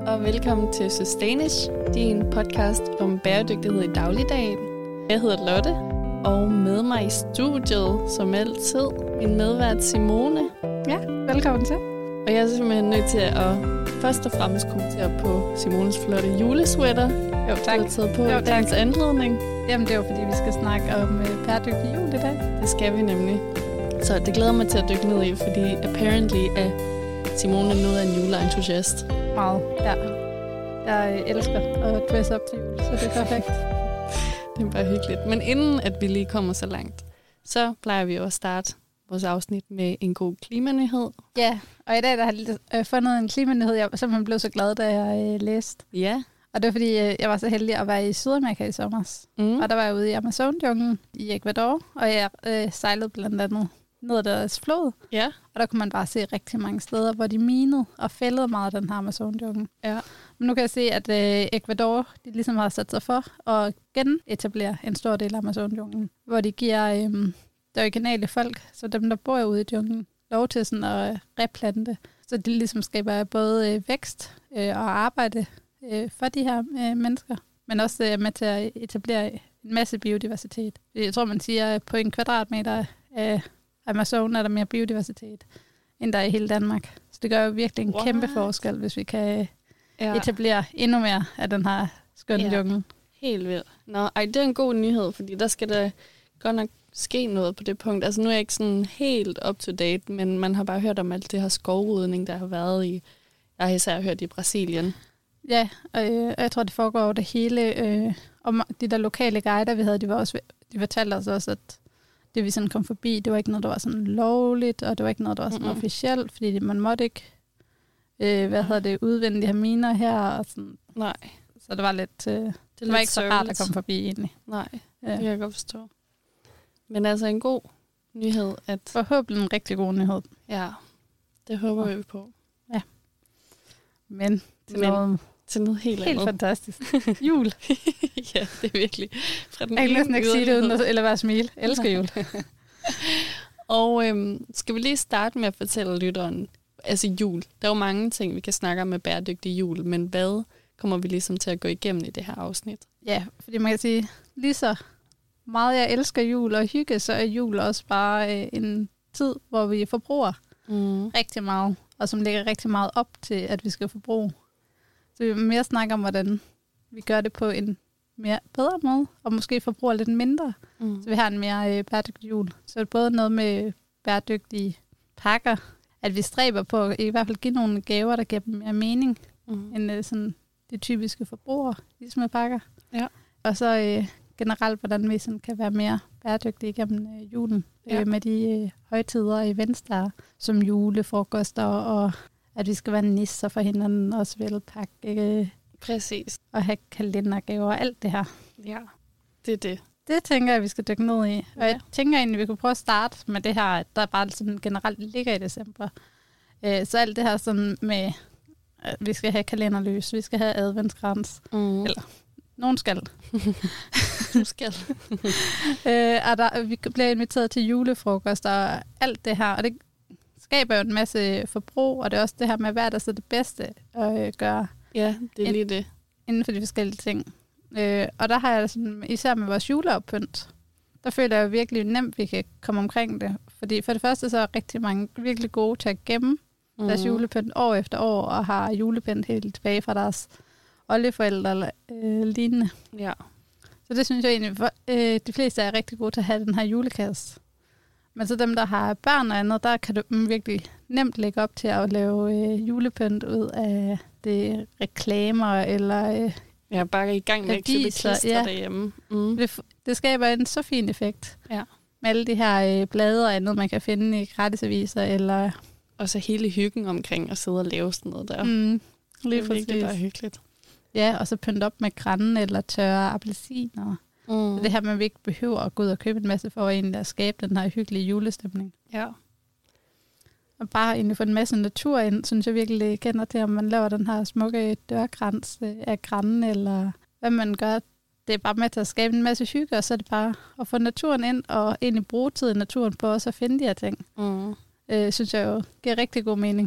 og velkommen til Sustainish, din podcast om bæredygtighed i dagligdagen. Jeg hedder Lotte, og med mig i studiet, som altid, min medvært Simone. Ja, velkommen til. Og jeg er simpelthen nødt til at først og fremmest kommentere på Simones flotte julesweater. Jo, tak. Du har taget på dagens anledning. Jamen, det er jo fordi, vi skal snakke om bæredygtig jul i dag. Det skal vi nemlig. Så det glæder mig til at dykke ned i, fordi apparently er Simone noget af en juleentusiast. Meget, ja. Jeg elsker at dress op til jul, så det er perfekt. Det er bare hyggeligt. Men inden at vi lige kommer så langt, så plejer vi jo at starte vores afsnit med en god klimanyhed. Ja, og i dag der har jeg fundet en klimanyhed. Jeg var simpelthen blevet så glad, da jeg læste. Ja. Og det var fordi, jeg var så heldig at være i Sydamerika i sommer. Og der var jeg ude i Amazon-junglen i Ecuador, og jeg sejlede blandt andet ned ad deres flod. Ja. Og der kunne man bare se rigtig mange steder, hvor de minede og fældede meget af den her Amazon-jungle. Ja. Men nu kan jeg se, at Ecuador de ligesom har sat sig for at genetablere en stor del af Amazon-junglen, hvor de giver det originale folk, så dem, der bor ude i junglen, lov til sådan at replante. Så de ligesom skaber både vækst og arbejde for de her mennesker, men også er med til at etablere en masse biodiversitet. Jeg tror, man siger, at på en kvadratmeter af Amazon er der mere biodiversitet, end der er i hele Danmark. Så det gør jo virkelig en kæmpe forskel, hvis vi kan etablere endnu mere af den her skønne jungle. Helt vildt. Det er en god nyhed, fordi der skal der godt nok ske noget på det punkt. Altså nu er jeg ikke sådan helt up to date, men man har bare hørt om alt det her skovrydning, der har været i, jeg har især hørt i Brasilien. Ja, og jeg tror, det foregår over det hele. Og de der lokale guider, vi havde, de fortalte os også, at det vi sådan kom forbi, det var ikke noget, der var sådan lovligt, og det var ikke noget, der var sådan officielt, fordi man måtte ikke udvinde de her miner her. Og sådan. Nej. Så det var lidt, det var ikke så rart at komme forbi egentlig. Nej, det kan jeg godt forstå. Men altså en god nyhed. Forhåbentlig en rigtig god nyhed. Ja, det håber vi på. Ja. Men til noget helt andet. Helt fantastisk. Jul. Ja, det er virkelig. Jeg kan næsten ikke sige det uden eller være smil. Jeg elsker jul. Og skal vi lige starte med at fortælle lytteren, altså jul. Der er jo mange ting, vi kan snakke om med bæredygtig jul, men hvad kommer vi ligesom til at gå igennem i det her afsnit? Ja, fordi man kan sige, lige så meget jeg elsker jul og hygge, så er jul også bare en tid, hvor vi forbruger rigtig meget, og som lægger rigtig meget op til, at vi skal forbruge. Så vi vil mere snakke om, hvordan vi gør det på en mere bedre måde, og måske forbruger lidt mindre, så vi har en mere bæredygtig jul. Så det er både noget med bæredygtige pakker, at vi stræber på at i hvert fald give nogle gaver, der giver dem mere mening, end sådan de typiske forbrugere, ligesom med pakker. Ja. Og så generelt, hvordan vi sådan kan være mere bæredygtige gennem julen, med de højtider og events, der som julefrokoster, og at vi skal være nisser for hinanden, også velpakke. Præcis. Og have kalendergaver og alt det her. Ja, det er det. Det tænker jeg, vi skal dykke ned i. Og jeg tænker egentlig, vi kunne prøve at starte med det her, der bare sådan generelt ligger i december. Så alt det her sådan med, at vi skal have kalenderlys, vi skal have adventskrans. Eller nogen skal. Du skal. Og vi bliver inviteret til julefrokost og alt det her. Og det skaber jo en masse forbrug, og det er også det her med, hvad der så det bedste at gøre. Ja, det er lige det. Inden for de forskellige ting. Og der har jeg sådan, især med vores juleoppynt, der føler jeg virkelig nemt, vi kan komme omkring det. Fordi for det første så er rigtig mange virkelig gode til at gemme deres julepynt år efter år, og har julepynt helt tilbage fra deres oldeforældre eller lignende. Ja. Så det synes jeg egentlig, de fleste er rigtig gode til at have den her julekasse. Men så dem, der har børn og andet, der kan du virkelig nemt lægge op til at lave julepynt ud af det reklamer eller bare i gang med at klippe klister derhjemme. Det skaber en så fin effekt. Ja. Med alle de her blade og andet, man kan finde i gratisaviser. Eller og så hele hyggen omkring at sidde og lave sådan noget der. Lige det er virkelig bare hyggeligt. Ja, og så pynte op med grænne eller tørre appelsiner. Så det her, man ikke behøver at gå ud og købe en masse for egentlig at skabe den her hyggelige julestemning. Ja. Og bare egentlig få en masse natur ind, synes jeg virkelig kender til, om man laver den her smukke dørkrans af grænne, eller hvad man gør. Det er bare med til at skabe en masse hygge, og så er det bare at få naturen ind, og egentlig bruge tid i naturen på også at finde de her ting. Synes jeg jo giver rigtig god mening.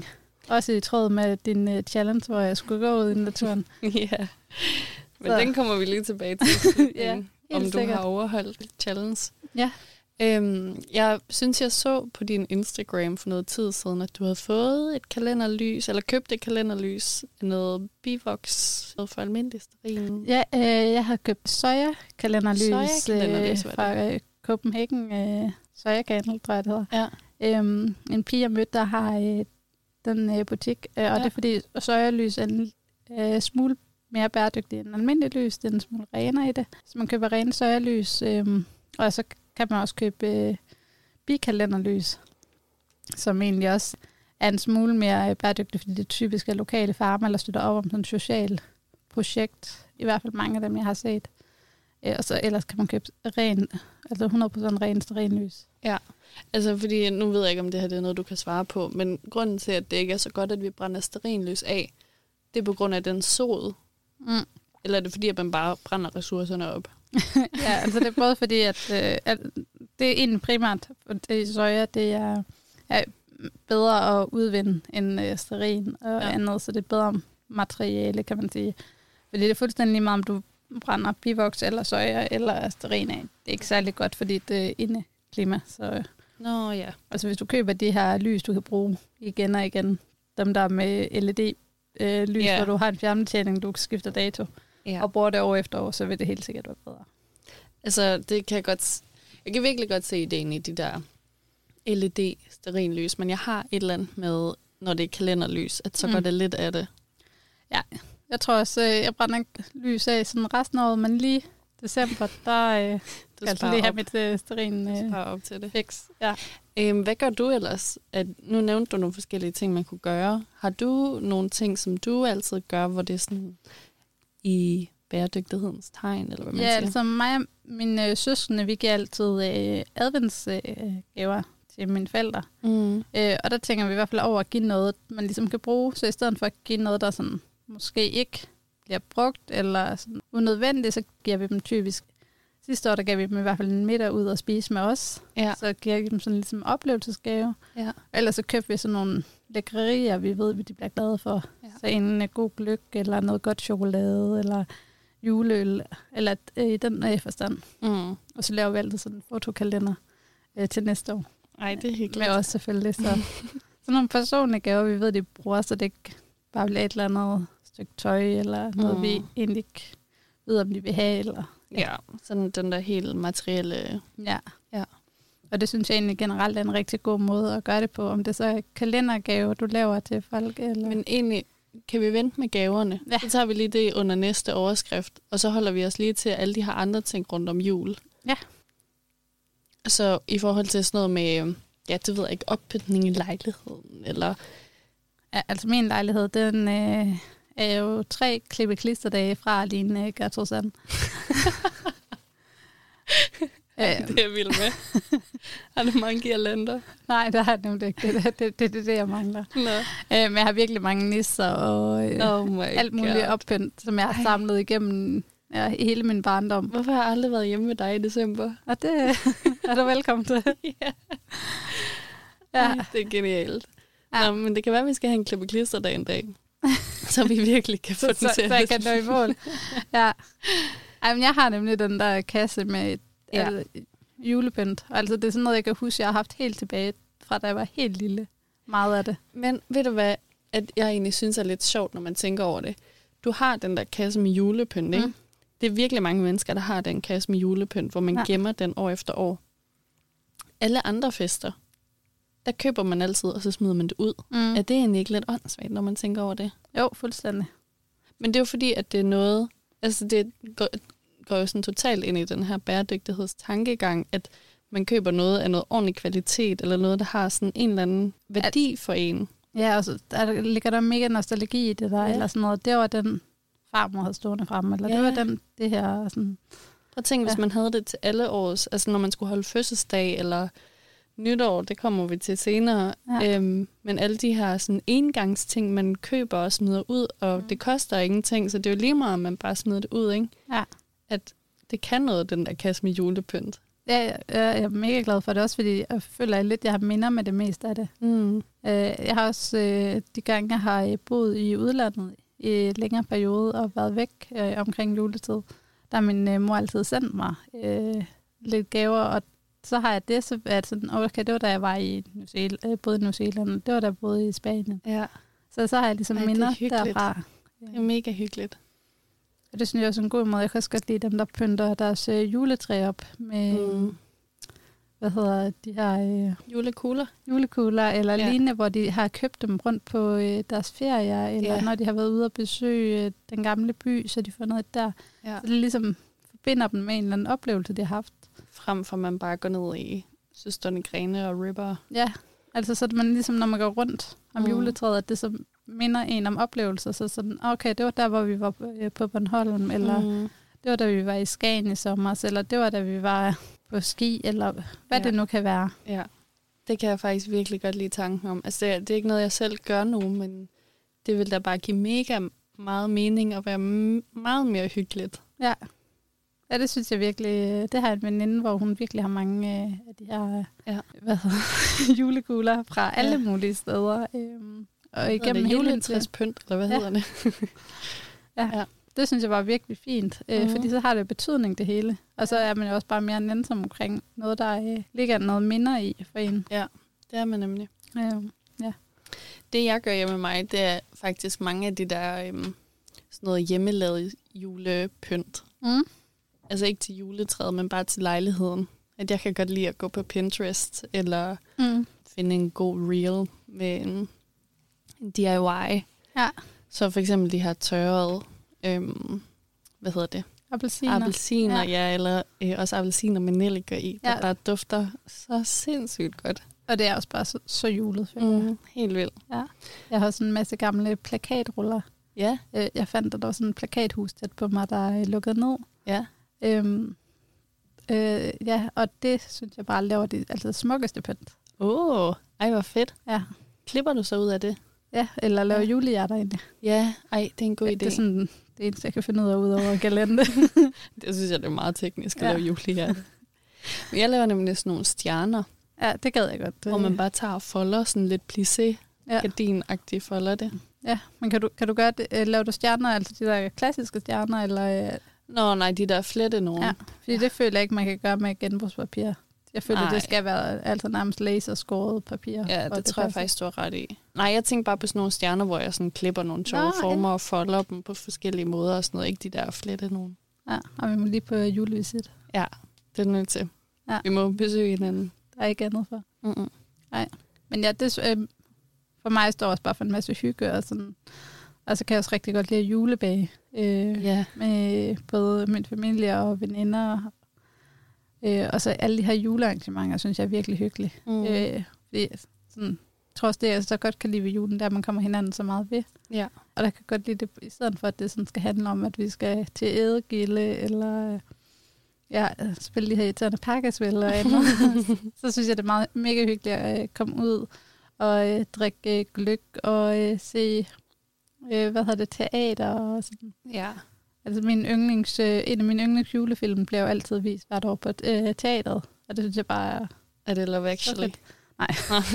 Også i tråd med din challenge, hvor jeg skulle gå ud i naturen. Ja, men den kommer vi lige tilbage til. Ja, om du sikkert har overholdt challenge. Ja. Jeg synes, jeg så på din Instagram for noget tid siden, at du havde fået et kalenderlys, eller købt et kalenderlys, noget Bivox, noget for almindelig stearin. Ja, jeg har købt soja-kalenderlys fra Copenhagen. Soja-candle, tror jeg, det hedder. Ja. En pige, jeg mødte, der har den butik, og det er fordi sojalys er en smule mere bæredygtig end almindelig lys. Det er en smule renere i det. Så man køber rene sojalys, og så kan man også købe bikalenderlys, som egentlig også er en smule mere bæredygtig, fordi det typisk er lokale farmer, eller støtter op om sådan et socialt projekt. I hvert fald mange af dem, jeg har set. Og så ellers kan man købe altså 100% ren stearinlys. Ja, altså fordi nu ved jeg ikke, om det her det er noget, du kan svare på, men grunden til, at det ikke er så godt, at vi brænder stearinlys af, det er på grund af den sod. Eller er det fordi, at man bare brænder ressourcerne op? Ja, altså det er både fordi, at det er egentlig primært, det i soja, det er bedre at udvinde end stearin og andet, så det er bedre materiale, kan man sige. Fordi det er fuldstændig lige meget, om du brænder bivoks eller soja eller stearin af. Det er ikke særlig godt, fordi det er indeklima. Så ja. Altså hvis du køber de her lys, du kan bruge igen og igen, dem der med LED-lys, hvor du har en fjernbetjening, du kan skifte dato, og bruger det år efter år, så vil det helt sikkert være bedre. Altså, det kan jeg kan virkelig godt se ideen i de der LED-stearinlys, men jeg har et eller andet med, når det er kalenderlys, at så går det lidt af det. Ja, jeg tror også, jeg brænder lys af sådan resten af året, men lige december, der skal jeg lige have mit stearin op til det. Fix. Ja. Hvad gør du ellers? Nu nævnte du nogle forskellige ting, man kunne gøre. Har du nogle ting, som du altid gør, hvor det er sådan i bæredygtighedens tegn, eller hvad man siger? Altså mig og mine søskende, vi giver altid adventsgaver til mine forældre. Og der tænker vi i hvert fald over at give noget, man ligesom kan bruge, så i stedet for at give noget, der sådan måske ikke bliver brugt, eller sådan unødvendigt, så giver vi dem typisk. Sidste år, der gav vi dem i hvert fald en middag ud og spise med os. Ja. Så giver vi dem sådan ligesom oplevelsesgave. Ja. Ellers så køber vi sådan nogle lækkerier, vi ved, de bliver glade for. Ja. Så en god gløgg, eller noget godt chokolade, eller juleøl, eller i den forstand. Og så laver vi altid sådan en fotokalender til næste år. Ej, det er hyggeligt. Med os selvfølgelig. Så sådan nogle personlige gaver, vi ved, de bruger, så det ikke bare bliver et eller andet stykke tøj, eller noget, vi egentlig ikke ved, om de vil have, eller... Ja, sådan den der helt materielle... Ja. Og det synes jeg egentlig generelt er en rigtig god måde at gøre det på, om det så er kalendergave, du laver til folk, eller... Men egentlig kan vi vente med gaverne. Ja. Så tager vi lige det under næste overskrift, og så holder vi os lige til alle de her andre ting rundt om jul. Ja. Så i forhold til sådan noget med, det ved jeg ikke, oppyntning i lejligheden, eller... Ja, altså min lejlighed, den er jo 3 klippe-klisterdage fra Line Gertrud Sand. Det er vildt med. Har du mange girlander? Nej, det har jeg nemlig ikke. Det er det, jeg mangler. Men jeg har virkelig mange nisser og alt muligt oppynt, som jeg har samlet igennem hele min barndom. Hvorfor har jeg aldrig været hjemme med dig i december? Og det er du velkommen til. Ja. Det er genialt. Ja. Nå, men det kan være, at vi skal have en klippe-klisterdag en dag. Så vi virkelig kan få den til. Så jeg kan nå i mål. Ja. Jamen, jeg har nemlig den der kasse med julepynt. Altså, det er sådan noget, jeg kan huske, jeg har haft helt tilbage fra, da jeg var helt lille. Meget af det. Men ved du hvad, at jeg egentlig synes er lidt sjovt, når man tænker over det. Du har den der kasse med julepynt, ikke? Det er virkelig mange mennesker, der har den kasse med julepynt, hvor man gemmer den år efter år. Alle andre fester, der køber man altid, og så smider man det ud. Er det egentlig ikke lidt åndssvagt, når man tænker over det? Jo, fuldstændig. Men det er jo fordi, at det er noget... Altså, det går jo sådan totalt ind i den her bæredygtighedstankegang, at man køber noget af noget ordentlig kvalitet, eller noget, der har sådan en eller anden værdi for en. Ja, og så ligger der mega nostalgi i det der, eller sådan noget. Det var den farmor havde stående fremme, eller det var det her sådan... Prøv at tænke, hvis man havde det til alle års, altså når man skulle holde fødselsdag, eller nytår, det kommer vi til senere. Ja. Men alle de her sådan engangsting, man køber og smider ud, og det koster ingenting, så det er jo lige meget, at man bare smider det ud, ikke? Ja. At det kan noget, den der kasse med julepynt. Ja, jeg er mega glad for det også, fordi jeg føler at jeg har minder med det meste af det. Jeg har også de gange, jeg har boet i udlandet i en længere periode og været væk omkring juletid, der har min mor altid sendt mig lidt gaver, og så har jeg det, så at sådan, okay, det var da jeg var i boede i New Zealand, det var da jeg boede i Spanien. Ja. Så har jeg ligesom minder derfra. Det er mega hyggeligt. Og det synes jeg også er en god måde. Jeg kan også godt lide dem, der pynter deres juletræ op med, hvad hedder de her? Julekugler, eller lignende, hvor de har købt dem rundt på deres ferier, eller når de har været ude og besøge den gamle by, så de får noget der. Ja. Så det ligesom forbinder dem med en eller anden oplevelse, de har haft. Frem for man bare går ned i Søsterne Grene og ripper. Ja, altså så er man ligesom, når man går rundt om juletræet, at det så minder en om oplevelser. Så sådan, okay, det var der, hvor vi var på Bornholm, eller det var da vi var i Skagen i sommer, eller det var da vi var på ski, eller hvad det nu kan være. Ja, det kan jeg faktisk virkelig godt lide tanken om. Altså det er ikke noget, jeg selv gør nu, men det vil da bare give mega meget mening og være meget mere hyggeligt. Ja. Ja, det synes jeg virkelig. Det har en veninde, hvor hun virkelig har mange af de her julekugler fra alle mulige steder. Og igennem juletræspynt, eller hvad hedder det? Ja, det synes jeg var virkelig fint, fordi så har det betydning det hele. Og så er man jo også bare mere nænsom omkring noget, der ligger noget minder i for en. Ja, det er man nemlig. Ja. Det jeg gør hjemme med mig, det er faktisk mange af de der sådan noget hjemmelavet julepynt. Altså ikke til juletræet, men bare til lejligheden. At jeg kan godt lide at gå på Pinterest, eller finde en god reel med en DIY. Ja. Så for eksempel de her tørrede, hvad hedder det? Appelsiner, eller også appelsiner med nelliker i, der bare dufter så sindssygt godt. Og det er også bare så julet. Helt vildt. Ja. Jeg har sådan en masse gamle plakatruller. Ja. Jeg fandt, at der var sådan en plakathus tæt på mig, der lukkede ned. Ja. Og det synes jeg bare laver det smukkeste pynt. Ej, hvor fedt. Ja. Klipper du så ud af det? Ja, eller laver julehjerter egentlig. Ja, det er en god idé. Det er sådan det eneste, jeg kan finde ud af udover galente. Det synes jeg, det er meget teknisk at lave julehjerter. Men jeg laver nemlig sådan nogle stjerner. Ja, det gad jeg godt. Hvor man bare tager og folder sådan lidt plissé, gardinagtigt folder det. Ja, men kan du gøre det? Laver du stjerner, altså de der klassiske stjerner, eller... Nej, de der flette nogen. Ja, fordi det føler jeg ikke, man kan gøre med genbrugspapir. Jeg føler, det skal være altså nærmest laserskåret papir. Ja, det tror jeg faktisk, du har ret i. Nej, jeg tænker bare på sådan nogle stjerner, hvor jeg sådan klipper nogle sjove former og folder dem på forskellige måder og sådan noget. Ikke de der flette nogen. Ja, og vi må lige på julevisit. Ja, det er nødt til. Ja. Vi må besøge hinanden. Der er ikke andet for. Nej. Men ja, det for mig står også bare for en masse hygge og sådan. Og så kan jeg også rigtig godt lide julebage. Med både min familie og veninder. Og så alle de her julearrangementer, synes jeg er virkelig hyggeligt. Fordi sådan, jeg tror også, det jeg så godt kan lide ved julen, der at man kommer hinanden så meget ved. Ja. Og der kan godt lide det, i stedet for at det sådan skal handle om, at vi skal til ædegilde, eller spille de her irriterende pakkespil eller andet. Så synes jeg, det er meget mega hyggeligt at komme ud og drikke gløgg og se teater og sådan. Ja. Altså en af mine yndlings julefilm bliver jo altid vist hvert år på teateret, og det synes jeg bare er... Er det Love Actually? Nej.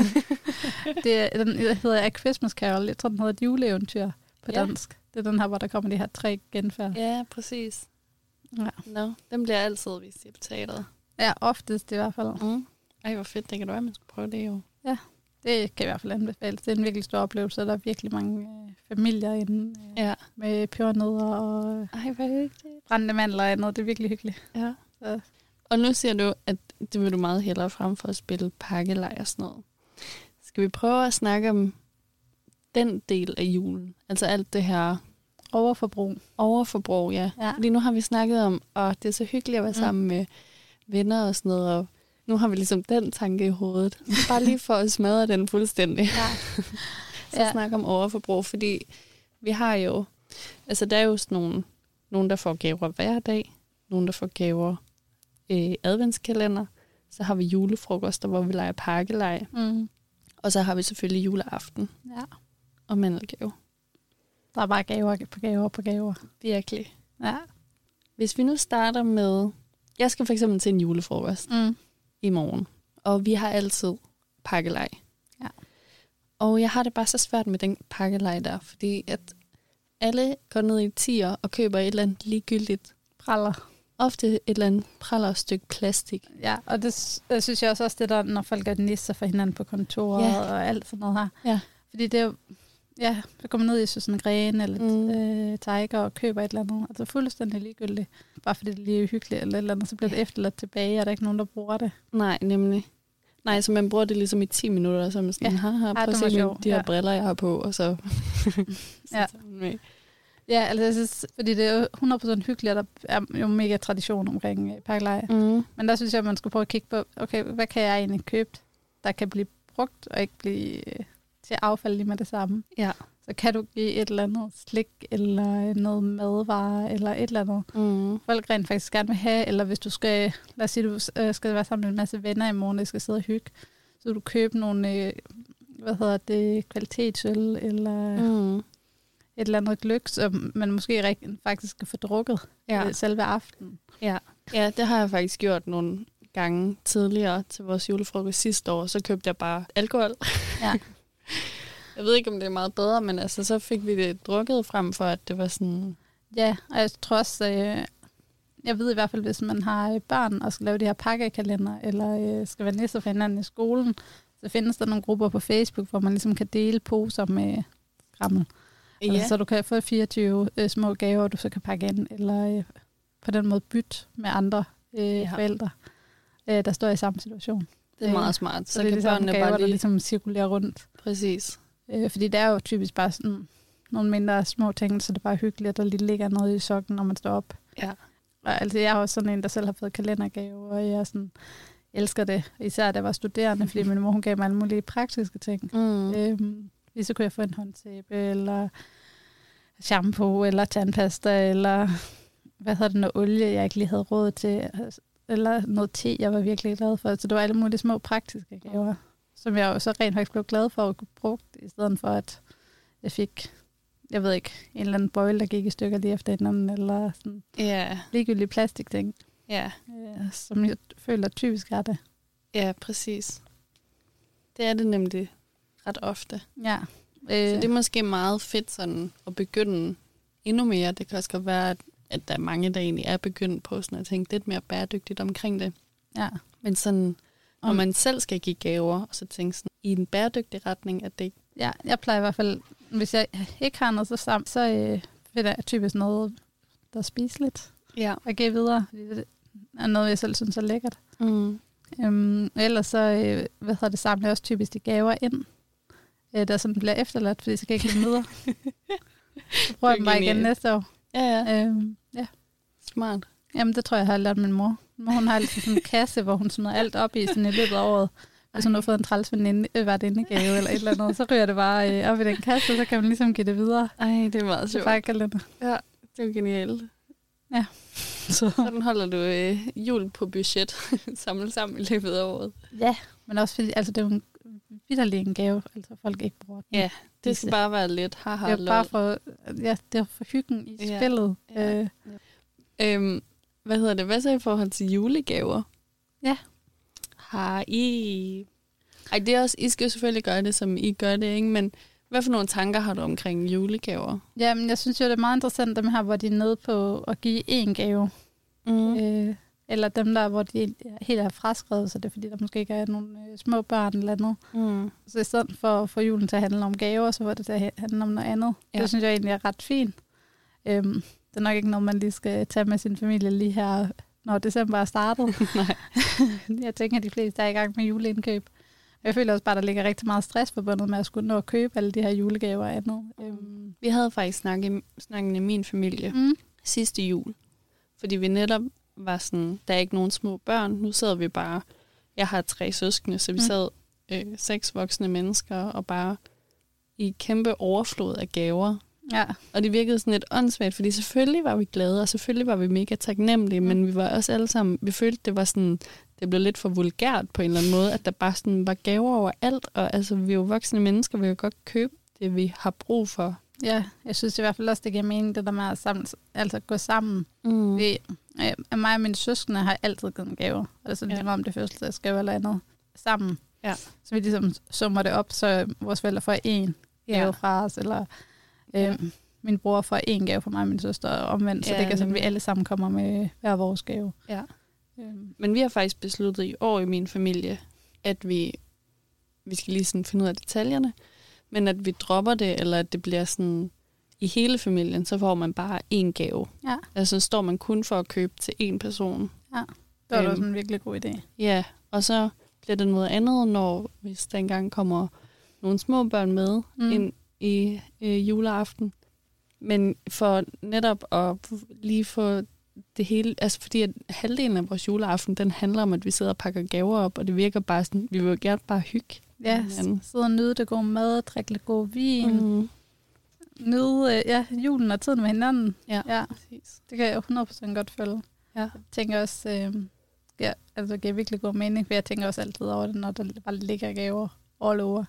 Den hedder A Christmas Carol. Jeg tror, den hedder et juleeventyr på dansk. Det er den her, hvor der kommer de her 3 genfærd. Ja, præcis. Ja. Den bliver altid vist i teateret. Ja, oftest i hvert fald. Ej, hvor fedt. Det kan du være, man skulle prøve det jo. Ja, det kan i hvert fald anbefales. Det er en virkelig stor oplevelse, og der er virkelig mange familier inde med pebernødder og brændende mandler og andet. Det er virkelig hyggeligt. Ja. Så. Og nu siger du, at det vil du meget hellere frem for at spille pakkelej og sådan noget. Skal vi prøve at snakke om den del af julen? Altså alt det her... Overforbrug, ja. Fordi nu har vi snakket om, det er så hyggeligt at være sammen med venner og sådan noget, og nu har vi ligesom den tanke i hovedet. Bare lige for at smadre den fuldstændig. Så snakke om overforbrug, fordi vi har jo... Altså, der er jo sådan nogen, der får gaver hver dag. Nogen, der får gaver adventskalender. Så har vi julefrokoster, hvor vi leger pakkelej. Og så har vi selvfølgelig juleaften. Ja. Og mandelgave. Der er bare gaver på gaver på gaver. Virkelig. Ja. Hvis vi nu starter med Jeg skal for eksempel til en julefrokost i morgen, og vi har altid pakkelej. Ja. Og jeg har det bare så svært med den pakkelej der, fordi at alle går ned i tier og køber et eller andet ligegyldigt. Praller. Ofte et eller andet praller stykke plastik. Ja, og det synes jeg også det der, når folk gør nisser for hinanden på kontoret og alt sådan noget her. Ja. Fordi det er jo, så kommer man ned i sådan en gren eller tiger og køber et eller andet. Altså fuldstændig ligegyldigt. Bare fordi det lige er hyggeligt eller et eller andet, så bliver det efterladt tilbage, og der er ikke nogen, der bruger det. Nej, nemlig. Nej, så man bruger det ligesom i 10 minutter, så man sådan, prøv at se de her briller, jeg har på, og så... Ja, altså jeg synes, fordi det er jo 100% hyggeligt, og der er jo mega tradition omkring pakkelej. Men der synes jeg, at man skulle prøve at kigge på, okay, hvad kan jeg egentlig købe, der kan blive brugt, og ikke blive til affald lige med det samme. Ja. Så kan du give et eller andet slik, eller noget madvarer, eller et eller andet. Folk rent faktisk gerne vil have, eller hvis du skal, lad os sige, du skal være sammen med en masse venner i morgen, der skal sidde og hygge, så du købe nogle, kvalitetsøl, eller et eller andet gløgg, som man måske faktisk skal få drukket selve aftenen. Ja, det har jeg faktisk gjort nogle gange tidligere til vores julefrokost sidste år, så købte jeg bare alkohol. Ja. Jeg ved ikke, om det er meget bedre, men altså, så fik vi det drukket frem for, at det var sådan... Ja, og jeg tror også, jeg ved i hvert fald, hvis man har børn og skal lave de her pakkekalender, eller skal være nisser for hinanden i skolen, så findes der nogle grupper på Facebook, hvor man ligesom kan dele poser med skrammel. Ja. Altså, så du kan få 24 små gaver, du så kan pakke ind, eller på den måde bytte med andre forældre, der står i samme situation. Det er meget smart. Så det er kan børnene gaver, bare lige... der ligesom cirkulerer rundt. Præcis. Fordi det er jo typisk bare sådan nogle mindre små ting, så det er bare hyggeligt, at der lige ligger noget i sokken, når man står op. Ja. Og altså, jeg er også sådan en, der selv har fået kalendergave, og jeg sådan, elsker det. Især da jeg var studerende, fordi min mor hun gav mig alle mulige praktiske ting. Lige så kunne jeg få en håndsæbe, eller shampoo, eller tandpasta, eller noget olie, jeg ikke lige havde råd til, eller noget te, jeg var virkelig glad for. Så det var alle mulige små praktiske gaver, som jeg jo så rent faktisk blev glad for at kunne bruge, i stedet for at jeg fik, jeg ved ikke, en eller anden bøjle, der gik i stykker lige efter hinanden, eller sådan ligegyldige plastikting, som jeg føler typisk er det. Ja, præcis. Det er det nemlig ret ofte. Ja. Så det er måske meget fedt sådan at begynde endnu mere. Det kan også godt være, at der er mange, der egentlig er begyndt på sådan at tænke lidt mere bæredygtigt omkring det. Ja. Men sådan, når man selv skal give gaver, og så tænke sådan, i en bæredygtig retning, at det ikke... Ja, jeg plejer i hvert fald, hvis jeg ikke har noget så vil jeg typisk noget, der er spiseligt. Ja. Og give videre. Det er noget, jeg selv synes er lækkert. Ellers så, samler jeg også typisk de gaver ind, der sådan bliver efterladt, fordi så kan jeg ikke lide videre. Så prøver jeg dem bare igen næste år. Ja. Smart. Jamen, det tror jeg har lært min mor. Hun har altid sådan en kasse, hvor hun smider alt op i sådan i løbet af året. Hvis hun har fået en træls værtindegave eller et eller andet, så ryger det bare op i den kasse, og så kan man ligesom give det videre. Ej, det er meget sjovt. Ja, det er jo genialt. Ja. Sådan holder du jul på budget samlet sammen i løbet af året. Ja, men også fordi altså, det er jo vitterlig en gave, altså folk ikke bruger den. Ja, det skal bare være lidt. Det er bare for, det er for hyggen i spillet. Ja. Hvad så i forhold til julegaver? Ja. Har I... Ej, det er også, I skal jo selvfølgelig gøre det, som I gør det, ikke? Men hvad for nogle tanker har du omkring julegaver? Jamen, jeg synes jo, det er meget interessant, dem her, hvor de er nede på at give én gave. Eller dem der, hvor de helt er fraskrevet, så det er fordi, der måske ikke er nogle små børn eller andet. Så i stedet for at få julen til at handle om gaver, så var det til at handle om noget andet. Ja. Det synes jeg egentlig er ret fint. Det er nok ikke noget, man lige skal tage med sin familie lige her, når december er startet. Nej. Jeg tænker, at de fleste er i gang med juleindkøb. Jeg føler også bare, at der ligger rigtig meget stress forbundet med at skulle nå at købe alle de her julegaver og andet. Vi havde faktisk snakket i min familie sidste jul, fordi vi netop var sådan, der er ikke nogen små børn. Nu sidder vi bare, jeg har 3 søskende, så vi sad 6 voksne mennesker og bare i kæmpe overflod af gaver. Ja. Og det virkede sådan lidt åndssvagt, fordi selvfølgelig var vi glade, og selvfølgelig var vi mega taknemmelige, men vi var også alle sammen, vi følte, det var sådan, det blev lidt for vulgært på en eller anden måde, at der bare sådan var gaver over alt, og altså vi er jo voksne mennesker, vi kan godt købe det, vi har brug for Ja, jeg synes i hvert fald også, det giver mening, det der med at gå sammen. Mig og mine søskende har altid givet en gave. Altså det var om det fødselsdagsgave eller andet. Sammen. Ja. Så vi ligesom summer det op, så vores forældre får en gave fra os, eller min bror får en gave fra mig og min søster, og omvendt, så det kan sådan, at vi alle sammen kommer med hver vores gave. Ja. Men vi har faktisk besluttet i år i min familie, at vi skal lige sådan finde ud af detaljerne, men at vi dropper det, eller at det bliver sådan, i hele familien, så får man bare én gave. Ja. Altså står man kun for at købe til én person. Ja, det var også en virkelig god idé. Ja, og så bliver det noget andet, når hvis der engang kommer nogle små børn med ind i juleaften. Men for netop at lige få det hele, altså fordi at halvdelen af vores juleaften, den handler om, at vi sidder og pakker gaver op, og det virker bare sådan, vi vil gerne bare hygge. Ja, sidde og nyde det gode mad, drikke lidt god vin, nyde julen og tiden med hinanden. Ja, præcis. Det kan jeg 100% godt følge. Ja. Jeg tænker også, det giver virkelig god mening, for jeg tænker også altid over det, når der bare ligger gaver all over.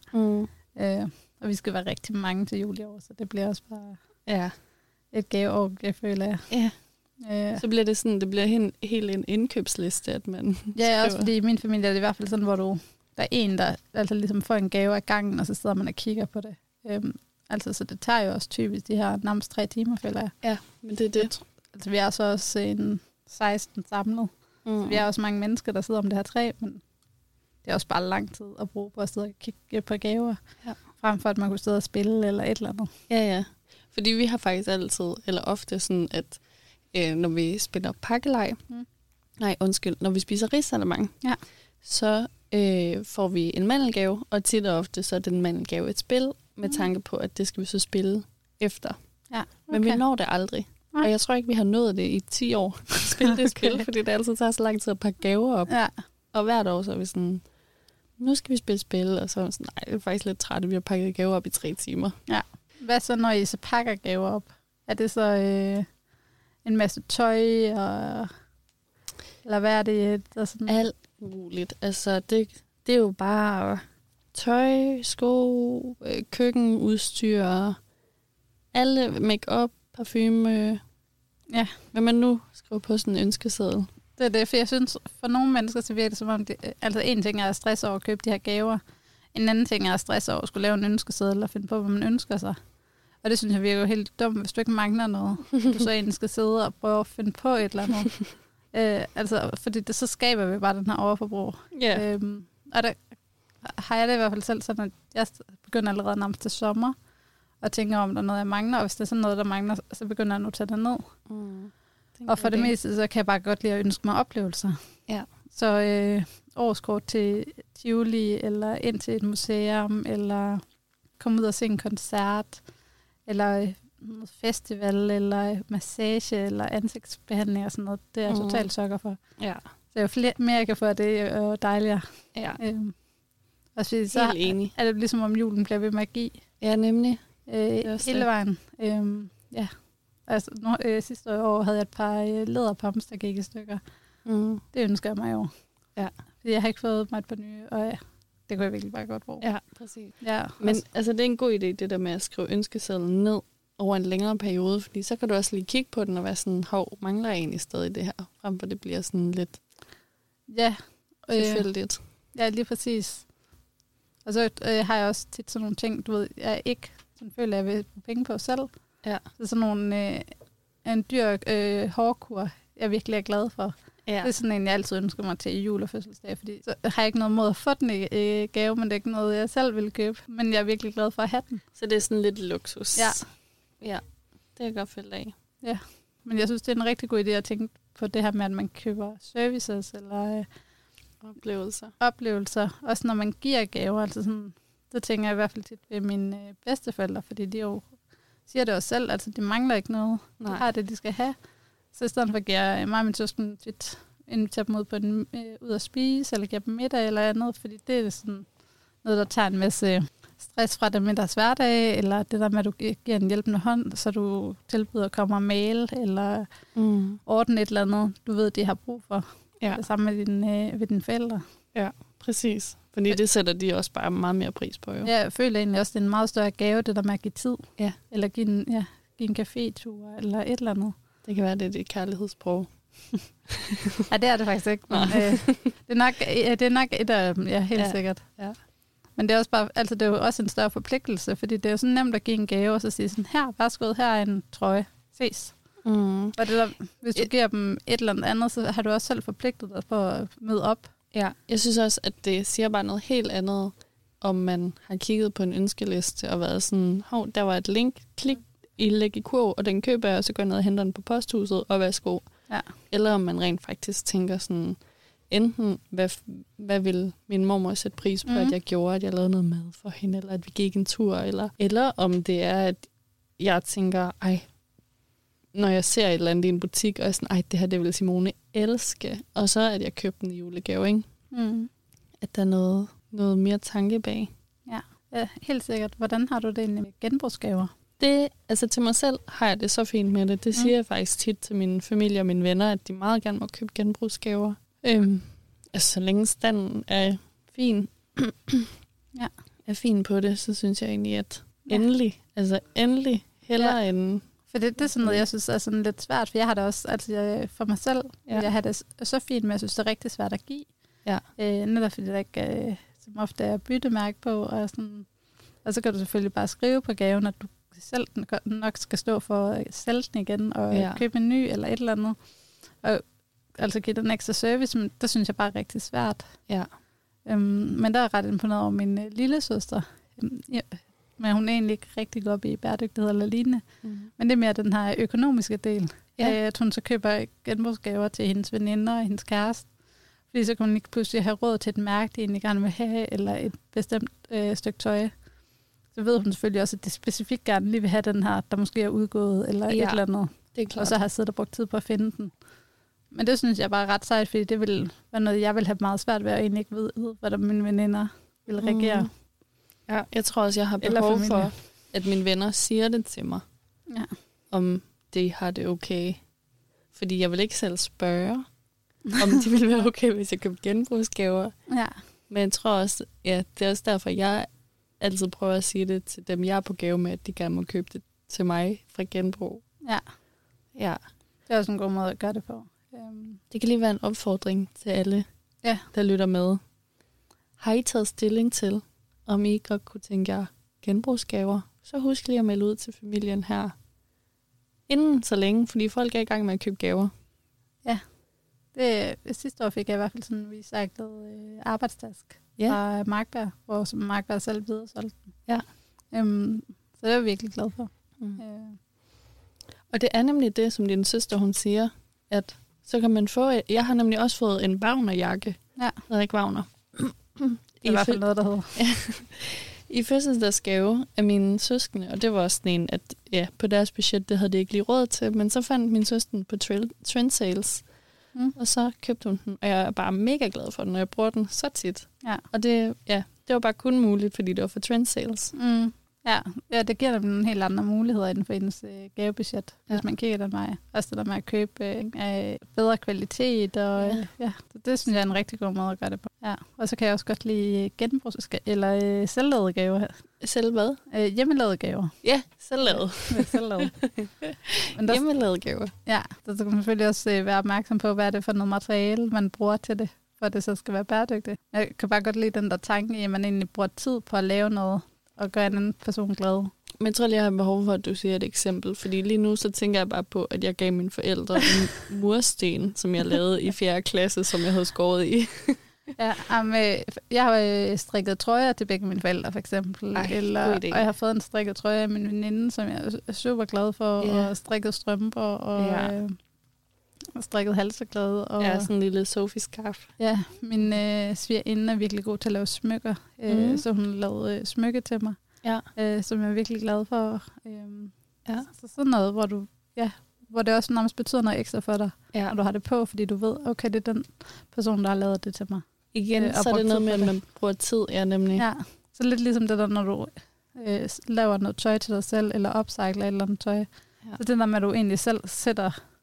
Og vi skal være rigtig mange til jul i år, så det bliver også bare et gaveår, jeg føler. Ja. Så bliver det sådan, det bliver helt en indkøbsliste, at man ja, også fordi i min familie er det i hvert fald sådan, hvor der er en, der altså ligesom får en gave af gangen, og så sidder man og kigger på det. Så det tager jo også typisk de her nærmest 3 timer, føler jeg. Ja, men det er det. Altså vi er så også en 16 samlet. Så vi er også mange mennesker, der sidder om det her træ, men det er også bare lang tid at bruge på at sidde og kigge på gaver, frem for at man kunne sidde og spille eller et eller andet. Ja. Fordi vi har faktisk altid, eller ofte sådan, at når vi spiller pakkelej, når vi spiser risalemang, så får vi en mandelgave, og tit og ofte så er den mandelgave et spil, med tanke på, at det skal vi så spille efter. Ja, okay. Men vi når det aldrig. Og jeg tror ikke, vi har nået det i 10 år at spille det spil, fordi det altid tager så lang tid at pakke gaver op. Ja. Og hvert år så er vi sådan, nu skal vi spille spil, og så er sådan, nej, det er faktisk lidt træt, at vi har pakket gaver op i 3 timer. Ja. Hvad så, når I så pakker gaver op? Er det så en masse tøj, eller hvad er det? Sådan? Alt muligt. Altså, det er jo bare tøj, sko, køkkenudstyr, alle make-up, parfume. Ja. Hvad man nu skriver på sådan en ønskeseddel. Det er det, for jeg synes, for nogle mennesker, så virker det som om, en ting er at stresse over at købe de her gaver, en anden ting er at stresse over at skulle lave en ønskeseddel og finde på, hvad man ønsker sig. Og det synes jeg virker jo helt dumt, hvis du ikke mangler noget. Du så egentlig skal sidde og prøve at finde på et eller andet. Fordi det, så skaber vi bare den her overforbrug. Yeah. Og der har jeg det i hvert fald selv sådan, at jeg begynder allerede nærmest til sommer, og tænker om, der er noget, jeg mangler. Og hvis det er sådan noget, der mangler, så begynder jeg nu at tage det ned. Og for det meste, så kan jeg bare godt lide at ønske mig oplevelser. Ja. Så årskort til Tivoli, eller ind til et museum, eller komme ud og se en koncert, eller festival, eller massage, eller ansigtsbehandling og sådan noget. Det er jeg totalt sukker for. Ja. Så jo mere jeg kan få af det, jo dejligere. Ja. Og så helt enig. Er det ligesom om julen bliver ved med at give. Ja, nemlig. Hele vejen. Sidste år havde jeg et par læderpumps, der gik i stykker. Det ønsker jeg mig i år. Ja. Fordi jeg har ikke fået mig et par nye, og det kunne jeg virkelig bare godt bruge. Ja, præcis. Ja, men altså, det er en god idé, det der med at skrive ønskesedlen ned over en længere periode, fordi så kan du også lige kigge på den og være sådan, mangler jeg egentlig stadig det her, frem for det bliver sådan lidt tilfældigt. Ja, lige præcis. Og så har jeg også tit sådan nogle ting, du ved, jeg ikke sådan føler, jeg vil bruge penge på selv. Ja. Så sådan nogle, en dyr hårkur, jeg virkelig er glad for. Ja. Det er sådan en, jeg altid ønsker mig til jul og fødselsdag, fordi så har jeg ikke noget mod at få den i gave, men det er ikke noget, jeg selv vil købe. Men jeg er virkelig glad for at have den. Så det er sådan lidt luksus. Ja. Ja, det kan jeg godt følge af. Ja, men jeg synes, det er en rigtig god idé at tænke på det her med, at man køber services eller oplevelser. Også når man giver gaver. Altså sådan, det tænker jeg i hvert fald tit ved mine bedsteforældre, fordi de jo siger det også selv, altså de mangler ikke noget. De har det, de skal have. Så i stedet for at give mig og min søsken invitere dem ud på ud at spise, eller give dem middag eller andet, fordi det er sådan noget, der tager en masse stress fra dem med deres hverdag, eller det der med, at du giver en hjælpende hånd, så du tilbyder at komme og male, eller ordne et eller andet, du ved, de har brug for. Ja. Det samme med ved dine forældre. Ja, præcis. Fordi det sætter de også bare meget mere pris på, jo. Ja, jeg føler egentlig også, det er en meget større gave, det der med at give tid. Ja. Eller give en cafétur, eller et eller andet. Det kan være, det er et kærlighedssprog. Ja, det er det faktisk ikke. Men, det er nok et af dem, helt sikkert. Ja. Men det er også bare, altså det er jo også en større forpligtelse, fordi det er jo sådan nemt at give en gave, og så sige sådan, her, værsgo, her er en trøje, ses. Og det der, hvis du giver dem et eller andet, så har du også selv forpligtet dig på at møde op. Ja, jeg synes også, at det siger bare noget helt andet, om man har kigget på en ønskeliste og været sådan, hov, der var et link, klik i læg i kurv, og den køber jeg, og så går jeg ned og henter den på posthuset, og værsgo. Ja. Eller om man rent faktisk tænker sådan, enten, hvad vil min mormor sætte pris på, at jeg gjorde, at jeg lavede noget mad for hende, eller at vi gik en tur, eller om det er, at jeg tænker, når jeg ser et eller andet i en butik, og jeg er sådan, det her, det vil Simone elske, og så at jeg købte en julegave, ikke? At der er noget mere tanke bag. Ja, helt sikkert. Hvordan har du det egentlig med genbrugsgaver? Det, altså til mig selv har jeg det så fint med det. Det siger jeg faktisk tit til min familie og mine venner, at de meget gerne må købe genbrugsgaver. Altså så længe standen er fin, er fin på det, så synes jeg egentlig, at endelig hellere end... For det er sådan noget, jeg synes er sådan lidt svært, for jeg har det også, altså for mig selv, jeg har det så fint, men jeg synes, det er rigtig svært at give. Ja. Netop fordi der ikke som ofte er byttemærke på, og så kan du selvfølgelig bare skrive på gaven, at du selv nok skal stå for at sælge den igen, og købe en ny, eller et eller andet. Og altså give den ekstra service, men det synes jeg bare er rigtig svært. Ja. Men der er ret imponeret over min lille søster. Men hun er egentlig ikke rigtig godt op i bæredygtighed eller lignende. Men det er mere den her økonomiske del. At hun så køber genbrugsgaver til hendes veninder og hendes kæreste. Fordi så kan hun ikke pludselig have råd til et mærke, de egentlig gerne vil have, eller et bestemt stykke tøj. Så ved hun selvfølgelig også, at det specifikt gerne lige vil have den her, der måske er udgået, eller et eller andet. Det er klart. Og så har jeg siddet og brugt tid på at finde den. Men det synes jeg bare er ret sejt, fordi det vil være noget, jeg vil have meget svært ved, at egentlig ikke vide, hvordan mine veninder vil reagere. Ja, jeg tror også, jeg har behov for, at mine venner siger det til mig, om de har det okay. Fordi jeg vil ikke selv spørge, om de ville være okay, hvis jeg købte genbrugsgaver. Ja. Men jeg tror også, det er også derfor, jeg altid prøver at sige det til dem, jeg er på gave med, at de gerne må købe det til mig fra genbrug. Ja. Det er også en god måde at gøre det på. Det kan lige være en opfordring til alle, der lytter med. Har I taget stilling til, om I godt kunne tænke jer genbrugsgaver, så husk lige at melde ud til familien her. Inden så længe, fordi folk er i gang med at købe gaver. Ja. Sidste år fik jeg i hvert fald sådan en recyclet arbejdstask fra Markberg, hvor Markberg selv videre solgte den. Ja. Så det er jeg virkelig glad for. Og det er nemlig det, som din søster hun siger, at så kan man få... Jeg har nemlig også fået en Wagner-jakke. Ja. Erik Wagner. Det er i hvert fald noget, der hedder. I fødselsdagsgave af mine søskende, og det var også sådan en, at på deres budget, det havde de ikke lige råd til, men så fandt min søster på Trendsales, og så købte hun den, og jeg er bare mega glad for den, og jeg bruger den så tit. Ja. Og det var bare kun muligt, fordi det var for Trendsales. Ja, det giver dem nogle helt andre muligheder inden for ens gavebudget, hvis man kigger den vej. Også det der med at købe bedre kvalitet, og det synes jeg er en rigtig god måde at gøre det på. Ja. Og så kan jeg også godt lide eller selvlavede gaver. Selv hvad? Hjemmelavede gaver. Ja, selvlavede. Hjemmelavede gaver. Ja, så kan man selvfølgelig også være opmærksom på, hvad er det for noget materiale, man bruger til det, for at det så skal være bæredygtigt. Jeg kan bare godt lide den der tanke, at man egentlig bruger tid på at lave noget, og gøre en anden person glad. Men jeg tror lige, jeg har behov for, at du siger et eksempel. Fordi lige nu, så tænker jeg bare på, at jeg gav mine forældre en mursten, som jeg lavede i 4. klasse, som jeg havde skåret i. Jeg har strikket trøjer til begge mine forældre, for eksempel. Og jeg har fået en strikket trøje af min veninde, som jeg er super glad for, og strikket strømper, og strikket halseklæde. Og sådan en lille Sophie-scarf. Ja, min svigerinde er virkelig god til at lave smykker, så hun lavede smykke til mig, som jeg er virkelig glad for. Så sådan noget, hvor det også nærmest betyder noget ekstra for dig, når du har det på, fordi du ved, okay, det er den person, der har lavet det til mig. Igen, så er det noget med, at man bruger tid, nemlig. Ja, så lidt ligesom det der, når du laver noget tøj til dig selv, eller upcycler et eller andet tøj. Ja. Så det der med, at du egentlig selv sætter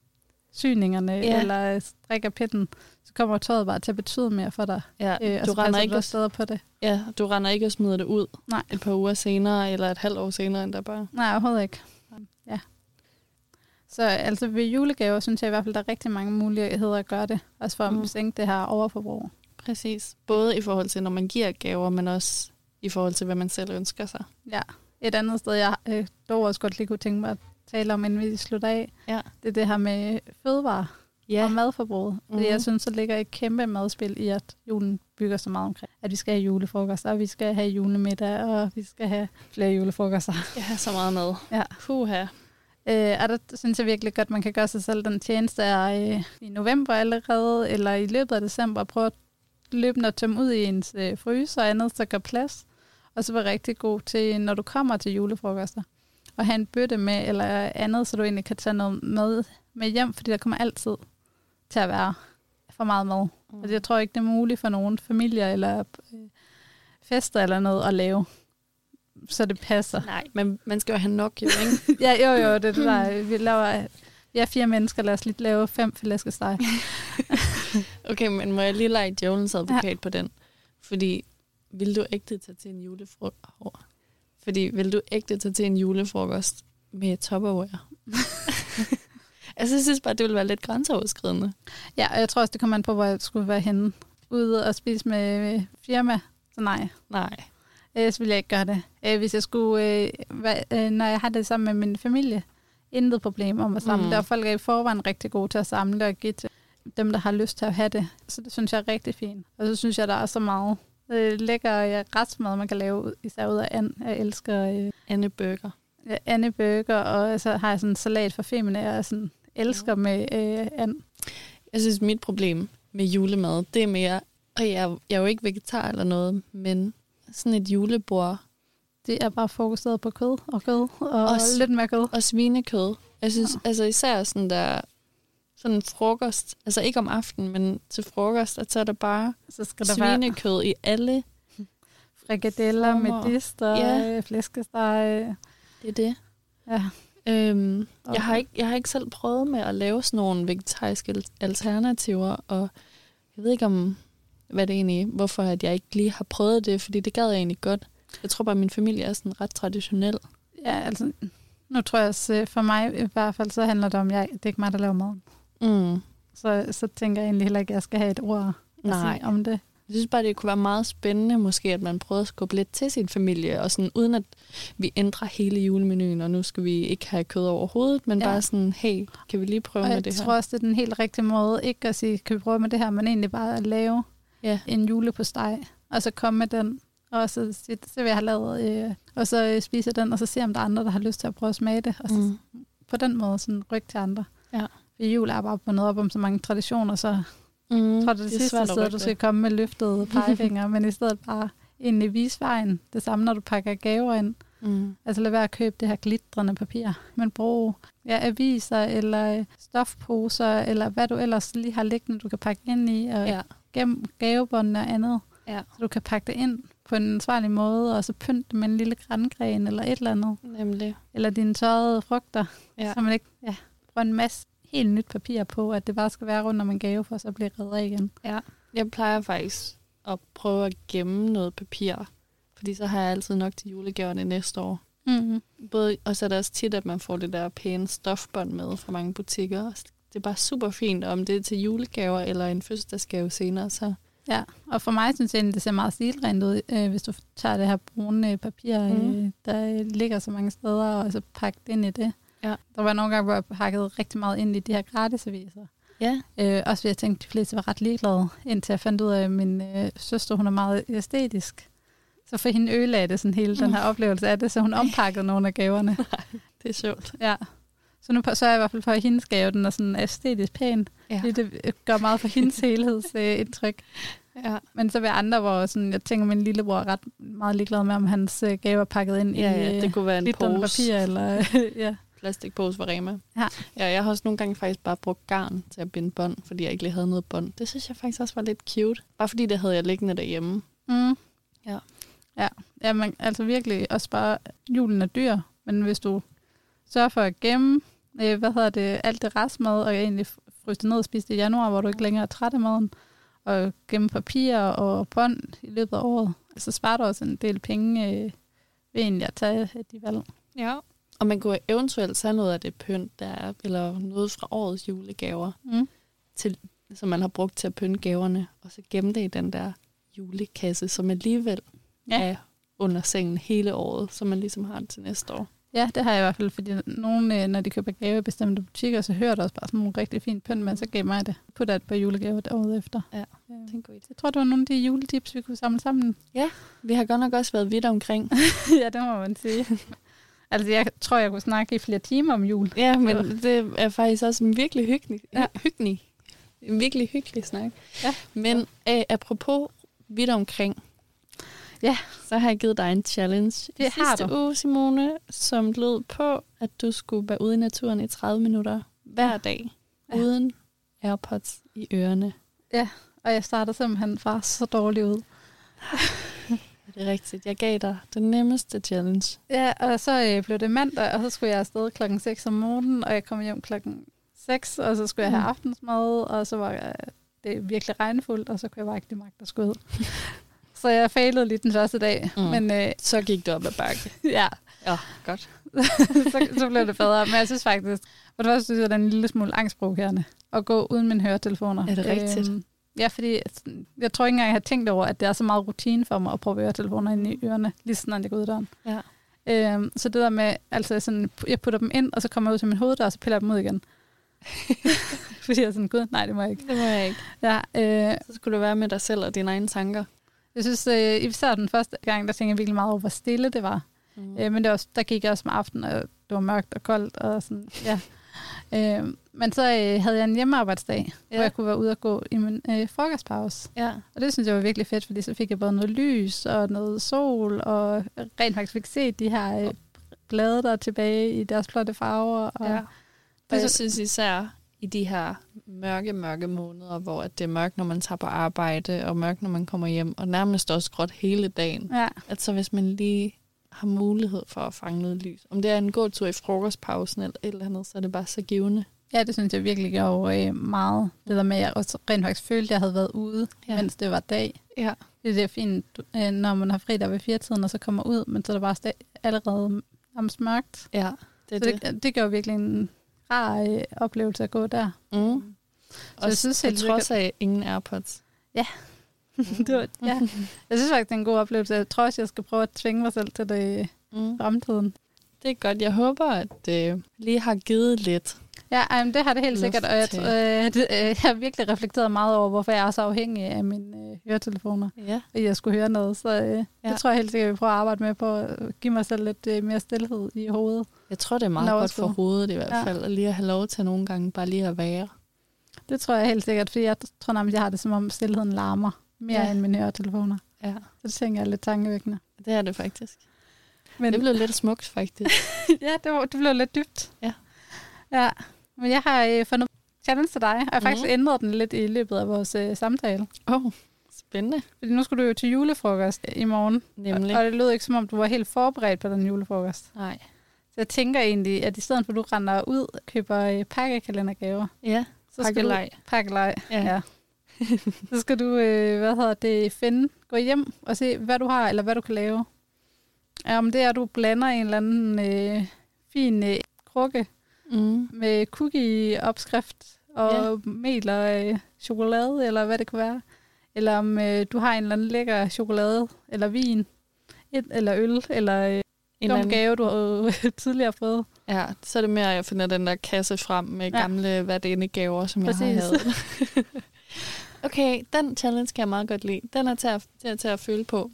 syningerne eller strikker pitten, så kommer tøjet bare til at betyde mere for dig. Ja, du render ikke steder på det. Ja, du render ikke og smider det ud et par uger senere, eller et halvt år senere, end der bare. Nej, overhovedet ikke. Ja. Så altså ved julegaver, synes jeg i hvert fald, der er rigtig mange muligheder at gøre det. Også for at sænke det her overforbrug. Præcis. Både i forhold til, når man giver gaver, men også i forhold til, hvad man selv ønsker sig. Ja. Et andet sted, jeg dog også godt lige kunne tænke mig at tale om, inden vi slutter af, det er det her med fødevarer og madforbrug. Fordi jeg synes, der ligger et kæmpe madspil i, at julen bygger så meget omkring. At vi skal have julefrokoster, og vi skal have julemiddag, og vi skal have flere julefrokoster. Ja, så meget mad. Ja. Puha. Og der synes jeg virkelig godt, man kan gøre sig selv den tjeneste i november allerede, eller i løbet af december, prøve at løbende at tømme ud i ens fryser og andet, så gør plads. Og så være rigtig god til, når du kommer til julefrokoster, og have en bøtte med eller andet, så du egentlig kan tage noget med hjem, fordi der kommer altid til at være for meget mad. Altså, jeg tror ikke, det er muligt for nogen familier eller fester eller noget at lave, så det passer. Nej, men man skal jo have nok, jo, ikke? Ja, jo, det der. Vi er 4 mennesker, lad os lige lave 5 flæskesteg. Okay, men må jeg lige lege djævelens advokat på den? Fordi, vil du ægte tage til en julefrokost? Vil du ægte tage til en julefrokost med Tupperware? Altså, jeg synes bare, det ville være lidt grænseoverskridende. Ja, og jeg tror også, det kommer an på, hvor jeg skulle være henne. Ude og spise med firma, så nej. Så ville jeg ikke gøre det. Hvis jeg skulle, når jeg har det sammen med min familie, intet problem om at samle det. Og folk er i forvejen rigtig gode til at samle det og give til dem, der har lyst til at have det. Så det synes jeg er rigtig fint. Og så synes jeg, der er så meget lækker retsmad, man kan lave, især ud af and. Jeg elsker Anne Burger. Anne Burger, og så har jeg sådan en salat for femina, og jeg sådan elsker med and. Jeg synes, mit problem med julemad, det er mere, og jeg er jo ikke vegetar eller noget, men sådan et julebord. Det er bare fokuseret på kød og lidt mere kød. Og svinekød. Jeg synes altså især sådan en frokost, altså ikke om aftenen, men til frokost, at så er der bare så skal der svinekød i alle frikadeller, medister, flæskesteg. Det er det. Ja. Jeg har ikke selv prøvet med at lave sådan nogle vegetariske alternativer, og jeg ved ikke om, hvad det egentlig, hvorfor at jeg ikke lige har prøvet det, fordi det gad jeg egentlig godt. Jeg tror bare, at min familie er sådan ret traditionel. Ja, altså, nu tror jeg også, for mig i hvert fald, så handler det om, det er ikke mig, der laver mad. Så tænker jeg egentlig heller ikke, at jeg skal have et ord at sige om det. Jeg synes bare, det kunne være meget spændende, måske, at man prøvede at skubbe lidt til sin familie, og sådan, uden at vi ændrer hele julemenuen, og nu skal vi ikke have kød overhovedet, men bare sådan, hey, kan vi lige prøve med det her? Jeg tror også, det er den helt rigtige måde, ikke at sige, kan vi prøve med det her, men egentlig bare at lave en julepostej, og så komme med den, og så sige, så vil jeg have lavet, og så spise den, og så se, om der er andre, der har lyst til at prøve at smage det, og så på den måde sådan rykke til andre. Ja. For jul er bare bundet op om så mange traditioner, så jeg tror, det sidste sted, du skal komme med løftede pegefinger, men i stedet bare egentlig vise vejen. Det samme, når du pakker gaver ind. Altså lad være at købe det her glitrende papir, men brug aviser eller stofposer, eller hvad du ellers lige har liggende, du kan pakke ind i, og gem gavebåndene og andet. Ja. Så du kan pakke det ind på en ansvarlig måde, og så pynte det med en lille grangren eller et eller andet. Nemlig. Eller dine tørrede frugter, så man ikke bruger en masse helt nyt papir på, at det bare skal være rundt om en gave, for så at blive reddet af igen. Ja, jeg plejer faktisk at prøve at gemme noget papir, fordi så har jeg altid nok til julegaverne næste år. Og så er det også tit, at man får det der pæne stofbånd med fra mange butikker. Det er bare super fint, om det er til julegaver eller en fødselsdagsgave senere. Så. Ja, og for mig synes jeg egentlig, det ser meget stilrent ud, hvis du tager det her brune papir, der ligger så mange steder, og så pakker det ind i det. Ja. Der var nogle gange, hvor jeg pakkede rigtig meget ind i de her gratisaviser. Ja. Også fordi jeg tænkte, at de fleste var ret ligeglade, indtil jeg fandt ud af, at min søster, hun er meget æstetisk. Så for hende ødelagde det sådan hele den her oplevelse af det, så hun ompakkede nogle af gaverne. Det er sjovt. Ja. Så nu så er jeg i hvert fald for hendes gave, den er sådan æstetisk pæn. Ja. Det gør meget for hendes helhedsindtryk. Ja. Men så vil andre, hvor sådan, jeg tænker, min lillebror er ret meget ligeglad med, om hans gave er pakket ind i det kunne være en pose. Papir, eller plastikpose fra Rema. Ja, jeg har også nogle gange faktisk bare brugt garn til at binde bånd, fordi jeg ikke lige havde noget bånd. Det synes jeg faktisk også var lidt cute. Bare fordi det havde jeg liggende derhjemme. Ja, men altså virkelig også bare, julen er dyr, men hvis du sørger for at gemme, alt det restmad, og egentlig fryse ned og spise det i januar, hvor du ikke længere er træt af maden, og gemme papir og bånd i løbet af året. Så sparer du også en del penge ved egentlig at tage de valg. Ja, og man kunne eventuelt tage noget af det pynt, der er, eller noget fra årets julegaver, som man har brugt til at pynte gaverne, og så gemme det i den der julekasse, som alligevel er under sengen hele året, så man ligesom har det til næste år. Ja, det har jeg i hvert fald, fordi nogen, når de køber gave i bestemte butikker, så hører det også bare sådan nogle rigtig fint pynt, men så gemmer jeg det. Putter et par julegaver derude efter. Ja, det er jeg tror, det var nogle af de juletips, vi kunne samle sammen. Ja, vi har godt nok også været vidt omkring. Ja, det må man sige. Altså, jeg tror, jeg kunne snakke i flere timer om jul. Ja, men det er faktisk også en virkelig hyggelig snak. Ja. Men apropos vidt omkring, så har jeg givet dig en challenge det sidste uge, Simone, som lød på, at du skulle være ude i naturen i 30 minutter hver dag, uden AirPods i ørerne. Ja, og jeg startede simpelthen bare så dårligt ud. Det er rigtigt. Jeg gav dig den nemmeste challenge. Ja, og så blev det mandag, og så skulle jeg afsted klokken 6 om morgenen, og jeg kom hjem klokken 6, og så skulle jeg have aftensmad, og så var det virkelig regnfuldt, og så kunne jeg bare ikke det magt at skulle ud. Så jeg failede lidt den første dag. Men, så gik det op ad bakke. Ja, godt. så blev det bedre. Men jeg synes faktisk, for det første synes jeg, det er en lille smule angstprovokerende at gå uden mine høretelefoner. Er det rigtigt? Ja, fordi jeg tror ikke engang, jeg har tænkt over, at det er så meget rutine for mig at prøve høretelefoner ind i ørerne, lige sådan, jeg går ud af døren. Ja. Så det der med, altså sådan, jeg putter dem ind, og så kommer jeg ud til min hoveddør, og så piller jeg dem ud igen. Fordi jeg er sådan, gud, nej, det må jeg ikke. Det må jeg ikke. Ja, så skulle du være med dig selv og dine egne tanker. Jeg synes, især den første gang, der tænkte jeg virkelig meget over, hvor stille det var. Men det var også, der gik jeg også med aftenen, og det var mørkt og koldt. Og sådan, men så havde jeg en hjemmearbejdsdag, hvor jeg kunne være ude og gå i min frokostpause. Ja. Og det synes jeg var virkelig fedt, fordi så fik jeg både noget lys og noget sol, og rent faktisk fik set de her blade, der er tilbage i deres flotte farver. Og jeg synes især i de her mørke måneder, hvor det er mørkt, når man tager på arbejde, og mørkt, når man kommer hjem, og nærmest også gråt hele dagen. Ja. At så hvis man lige har mulighed for at fange noget lys, om det er en god tur i frokostpausen eller et eller andet, så er det bare så givende. Ja, det synes jeg virkelig gjorde meget. Det der med, at jeg også rent faktisk følte, at jeg havde været ude, mens det var dag. Ja. Det er fint, når man har fri der ved 4-tiden, og så kommer ud, men så er der bare allerede nærmest mørkt. Ja, det gjorde virkelig en rar oplevelse at gå der. Så jeg synes helt trods af ingen AirPods. Ja. Jeg synes faktisk, det er en god oplevelse. Jeg tror også, jeg skal prøve at tvinge mig selv til det i fremtiden. Det er godt. Jeg håber, at det lige har givet lidt. Ja, det har det helt sikkert, og jeg har virkelig reflekteret meget over, hvorfor jeg er så afhængig af mine høretelefoner, og jeg skulle høre noget. Så jeg tror helt sikkert, at vi prøver at arbejde med på at give mig selv lidt mere stilhed i hovedet. Jeg tror, det er meget godt for hovedet i hvert fald, at lige at have lov til nogle gange bare lige at være. Det tror jeg helt sikkert, fordi jeg tror nærmest, jeg har det som om stilheden larmer mere end mine høretelefoner. Ja. Så det tænker jeg er lidt tankevækkende. Det er det faktisk. Men det blev lidt smukt, faktisk. Ja, det blev lidt dybt. Ja, men jeg har fundet challenge til dig, og jeg har faktisk ændret den lidt i løbet af vores samtale. Spændende. Fordi nu skulle du jo til julefrokost i morgen. Nemlig. Og det lød ikke, som om du var helt forberedt på den julefrokost. Nej. Så jeg tænker egentlig, at i stedet for, at du render ud og køber pakkekalendergaver. Ja, pakkelej. Ja. Så skal du, finde, gå hjem og se, hvad du har, eller hvad du kan lave. Om det er, at du blander en eller anden fin krukke med cookie-opskrift og mel og chokolade, eller hvad det kan være. Eller om du har en eller anden lækker chokolade, eller vin, eller øl, eller en gave, du har tidligere fået. Ja, så er det mere, at jeg finder den der kasse frem med gamle gaver, som jeg har haft. Okay, den challenge kan jeg meget godt lide. Den er til at føle på.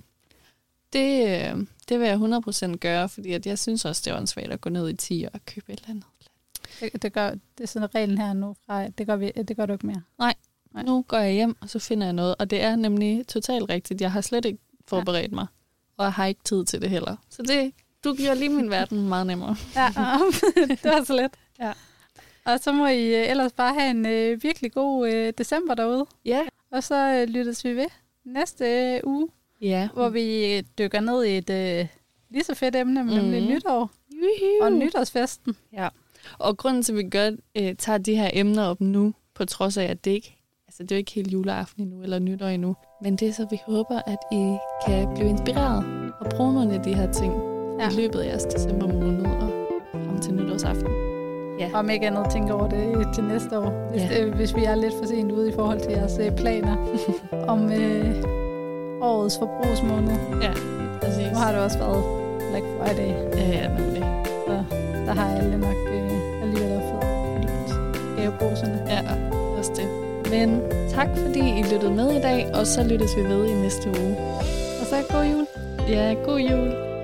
Det vil jeg 100% gøre, fordi at jeg synes også, det var svært at gå ned i 10 og købe et eller andet. Det er sådan reglen her nu fra, det gør du ikke mere. Nej, nu går jeg hjem, og så finder jeg noget. Og det er nemlig totalt rigtigt. Jeg har slet ikke forberedt mig, og jeg har ikke tid til det heller. Så du gjorde lige min verden meget nemmere. Ja, det var så let. Ja. Og så må I ellers bare have en virkelig god december derude. Ja. Og så lyttes vi ved næste uge, hvor vi dykker ned i et lige så fedt emne, nemlig nytår. Og nytårsfesten. Ja. Og grunden til, at vi tager de her emner op nu, på trods af, at det ikke, altså det er jo ikke helt juleaften endnu, eller nytår endnu. Men det er så, vi håber, at I kan blive inspireret og bruge nogle af de her ting i løbet af jeres december måned og frem til nytårsaften. Ja. Om ikke andet tænke over det til næste år, hvis vi er lidt for sent ude i forhold til jeres planer om årets forbrugsmåned. Ja, præcis. Nu har det også været Black Friday. Ja, nemlig. Så der har alle nok alligevel fået gaveposerne. Ja, også det. Men tak fordi I lyttede med i dag, og så lyttes vi ved i næste uge. Og så god jul. Ja, god jul.